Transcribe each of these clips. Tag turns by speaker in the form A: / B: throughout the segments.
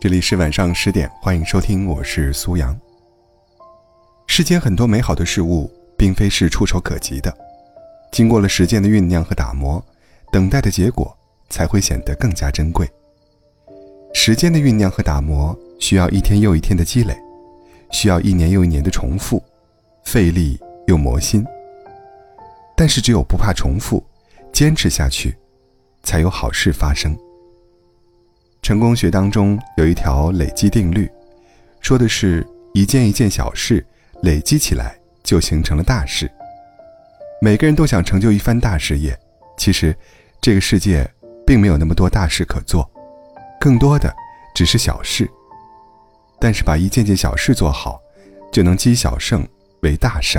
A: 这里是晚上10点，欢迎收听，我是苏阳。世间很多美好的事物并非是触手可及的，经过了时间的酝酿和打磨，等待的结果才会显得更加珍贵。时间的酝酿和打磨需要一天又一天的积累，需要一年又一年的重复，费力又磨心。但是只有不怕重复，坚持下去，才有好事发生。成功学当中有一条累积定律，说的是一件一件小事累积起来就形成了大事。每个人都想成就一番大事业，其实这个世界并没有那么多大事可做，更多的只是小事。但是把一件件小事做好，就能积小胜为大胜。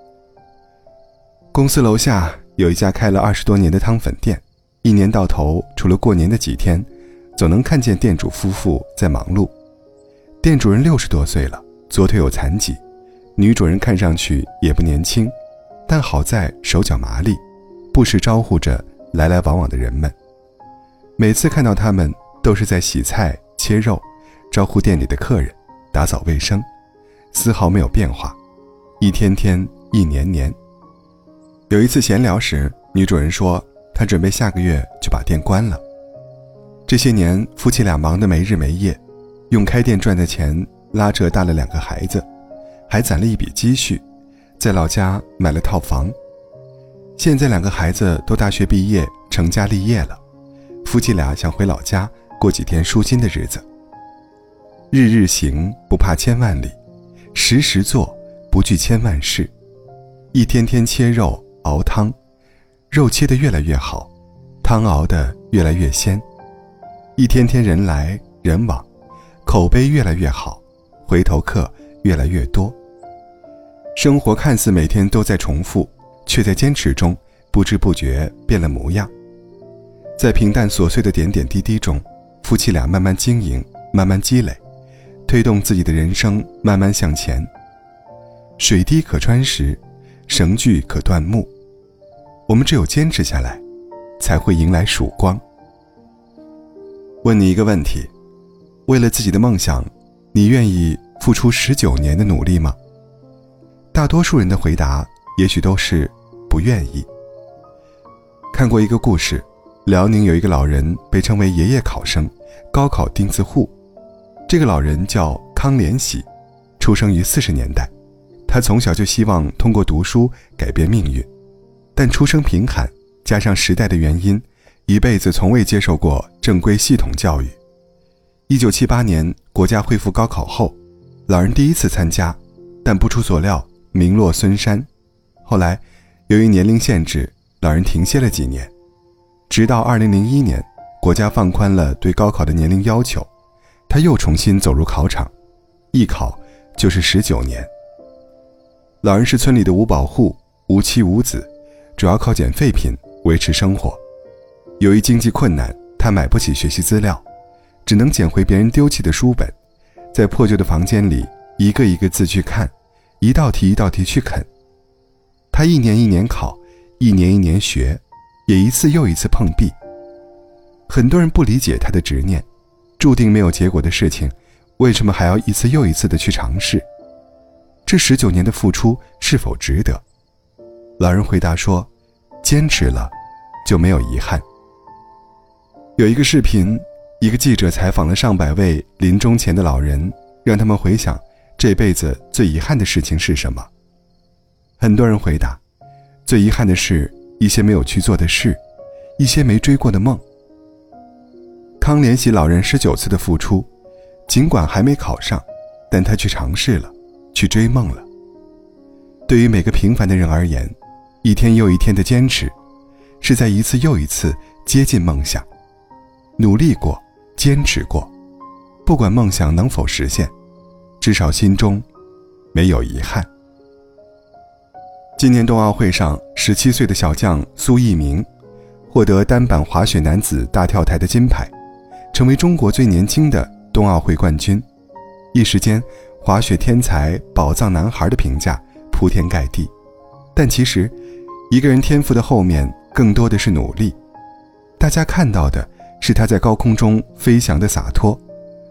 A: 公司楼下有一家开了20多年的汤粉店，一年到头除了过年的几天，总能看见店主夫妇在忙碌。店主人60多岁了，左腿有残疾，女主人看上去也不年轻，但好在手脚麻利，不时招呼着来来往往的人们。每次看到他们都是在洗菜切肉，招呼店里的客人，打扫卫生，丝毫没有变化，一天天一年年。有一次闲聊时，女主人说她准备下个月就把店关了。这些年夫妻俩忙得没日没夜，用开店赚的钱拉扯大了2个孩子，还攒了一笔积蓄，在老家买了套房。现在2个孩子都大学毕业成家立业了，夫妻俩想回老家过几天舒心的日子。日日行不怕千万里，时时做不惧千万事。一天天切肉熬汤，肉切得越来越好，汤熬得越来越鲜。一天天人来人往，口碑越来越好，回头客越来越多。生活看似每天都在重复，却在坚持中不知不觉变了模样。在平淡琐碎的点点滴滴中，夫妻俩慢慢经营，慢慢积累，推动自己的人生慢慢向前。水滴可穿石，绳锯可断木，我们只有坚持下来，才会迎来曙光。问你一个问题，为了自己的梦想，你愿意付出19年的努力吗？大多数人的回答也许都是不愿意。看过一个故事，辽宁有一个老人被称为爷爷考生，高考钉子户。这个老人叫康连喜，出生于40年代。他从小就希望通过读书改变命运，但出生贫寒加上时代的原因，一辈子从未接受过正规系统教育。1978年国家恢复高考后，老人第一次参加，但不出所料名落孙山。后来由于年龄限制，老人停歇了几年，直到2001年国家放宽了对高考的年龄要求，他又重新走入考场，一考就是19年。老人是村里的五保户，无妻无子，主要靠捡废品维持生活。由于经济困难，他买不起学习资料，只能捡回别人丢弃的书本，在破旧的房间里一个一个字去看，一道题一道题去啃。他一年一年考，一年一年学，也一次又一次碰壁。很多人不理解他的执念，注定没有结果的事情，为什么还要一次又一次地去尝试？这19年的付出是否值得？老人回答说，坚持了就没有遗憾。有一个视频，一个记者采访了上百位临终前的老人，让他们回想这辈子最遗憾的事情是什么。很多人回答，最遗憾的是一些没有去做的事，一些没追过的梦。康连喜老人19次的付出，尽管还没考上，但他去尝试了，去追梦了。对于每个平凡的人而言，一天又一天的坚持，是在一次又一次接近梦想。努力过，坚持过，不管梦想能否实现，至少心中没有遗憾。今年冬奥会上，17岁的小将苏翊鸣获得单板滑雪男子大跳台的金牌，成为中国最年轻的冬奥会冠军。一时间，滑雪天才、宝藏男孩的评价铺天盖地。但其实，一个人天赋的后面更多的是努力。大家看到的是他在高空中飞翔的洒脱，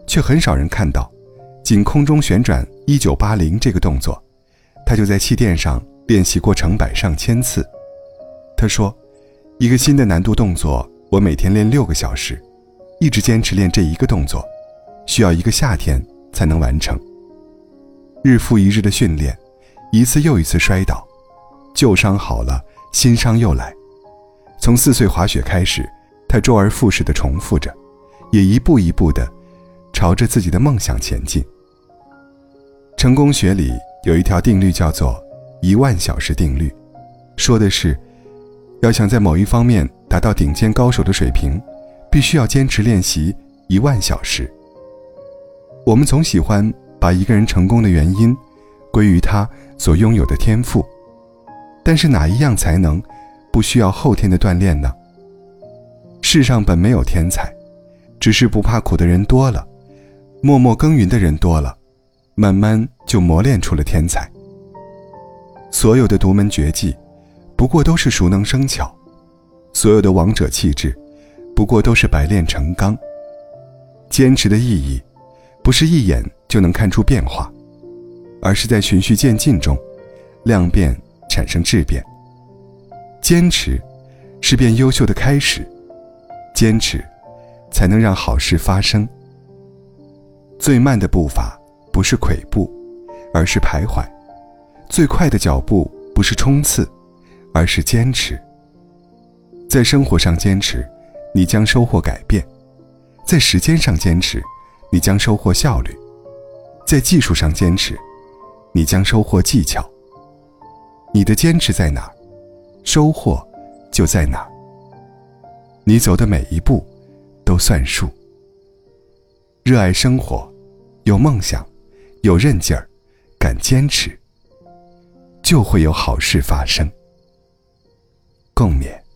A: 却很少人看到，仅空中旋转1980这个动作，他就在气垫上练习过成百上千次。他说，一个新的难度动作，我每天练6个小时，一直坚持练这一个动作，需要1个夏天才能完成。日复一日的训练，一次又一次摔倒，旧伤好了，新伤又来。从4岁滑雪开始，他周而复始地重复着，也一步一步地朝着自己的梦想前进。成功学里有一条定律叫做10000小时定律，说的是要想在某一方面达到顶尖高手的水平，必须要坚持练习10000小时。我们总喜欢把一个人成功的原因归于他所拥有的天赋，但是哪一样才能不需要后天的锻炼呢？世上本没有天才，只是不怕苦的人多了，默默耕耘的人多了，慢慢就磨练出了天才。所有的独门绝技不过都是熟能生巧，所有的王者气质不过都是百炼成钢。坚持的意义不是一眼就能看出变化，而是在循序渐进中量变产生质变。坚持是变优秀的开始，坚持才能让好事发生。最慢的步伐不是跬步，而是徘徊；最快的脚步不是冲刺，而是坚持。在生活上坚持，你将收获改变；在时间上坚持，你将收获效率；在技术上坚持，你将收获技巧。你的坚持在哪儿，收获就在哪儿。你走的每一步都算数。热爱生活，有梦想，有韧劲儿，敢坚持，就会有好事发生。共勉。